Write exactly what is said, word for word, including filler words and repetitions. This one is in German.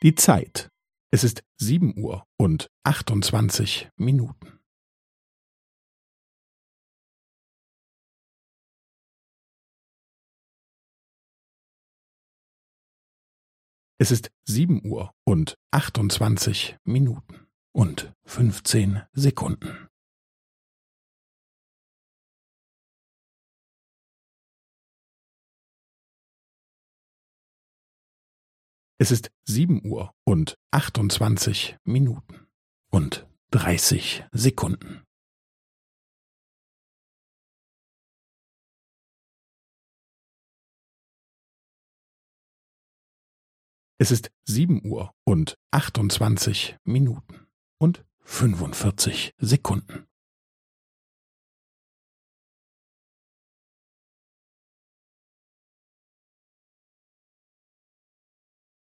Die Zeit. Es ist sieben Uhr und achtundzwanzig Minuten. Es ist sieben Uhr und achtundzwanzig Minuten und fünfzehn Sekunden. Es ist sieben Uhr und achtundzwanzig Minuten und dreißig Sekunden. Es ist sieben Uhr und achtundzwanzig Minuten und fünfundvierzig Sekunden.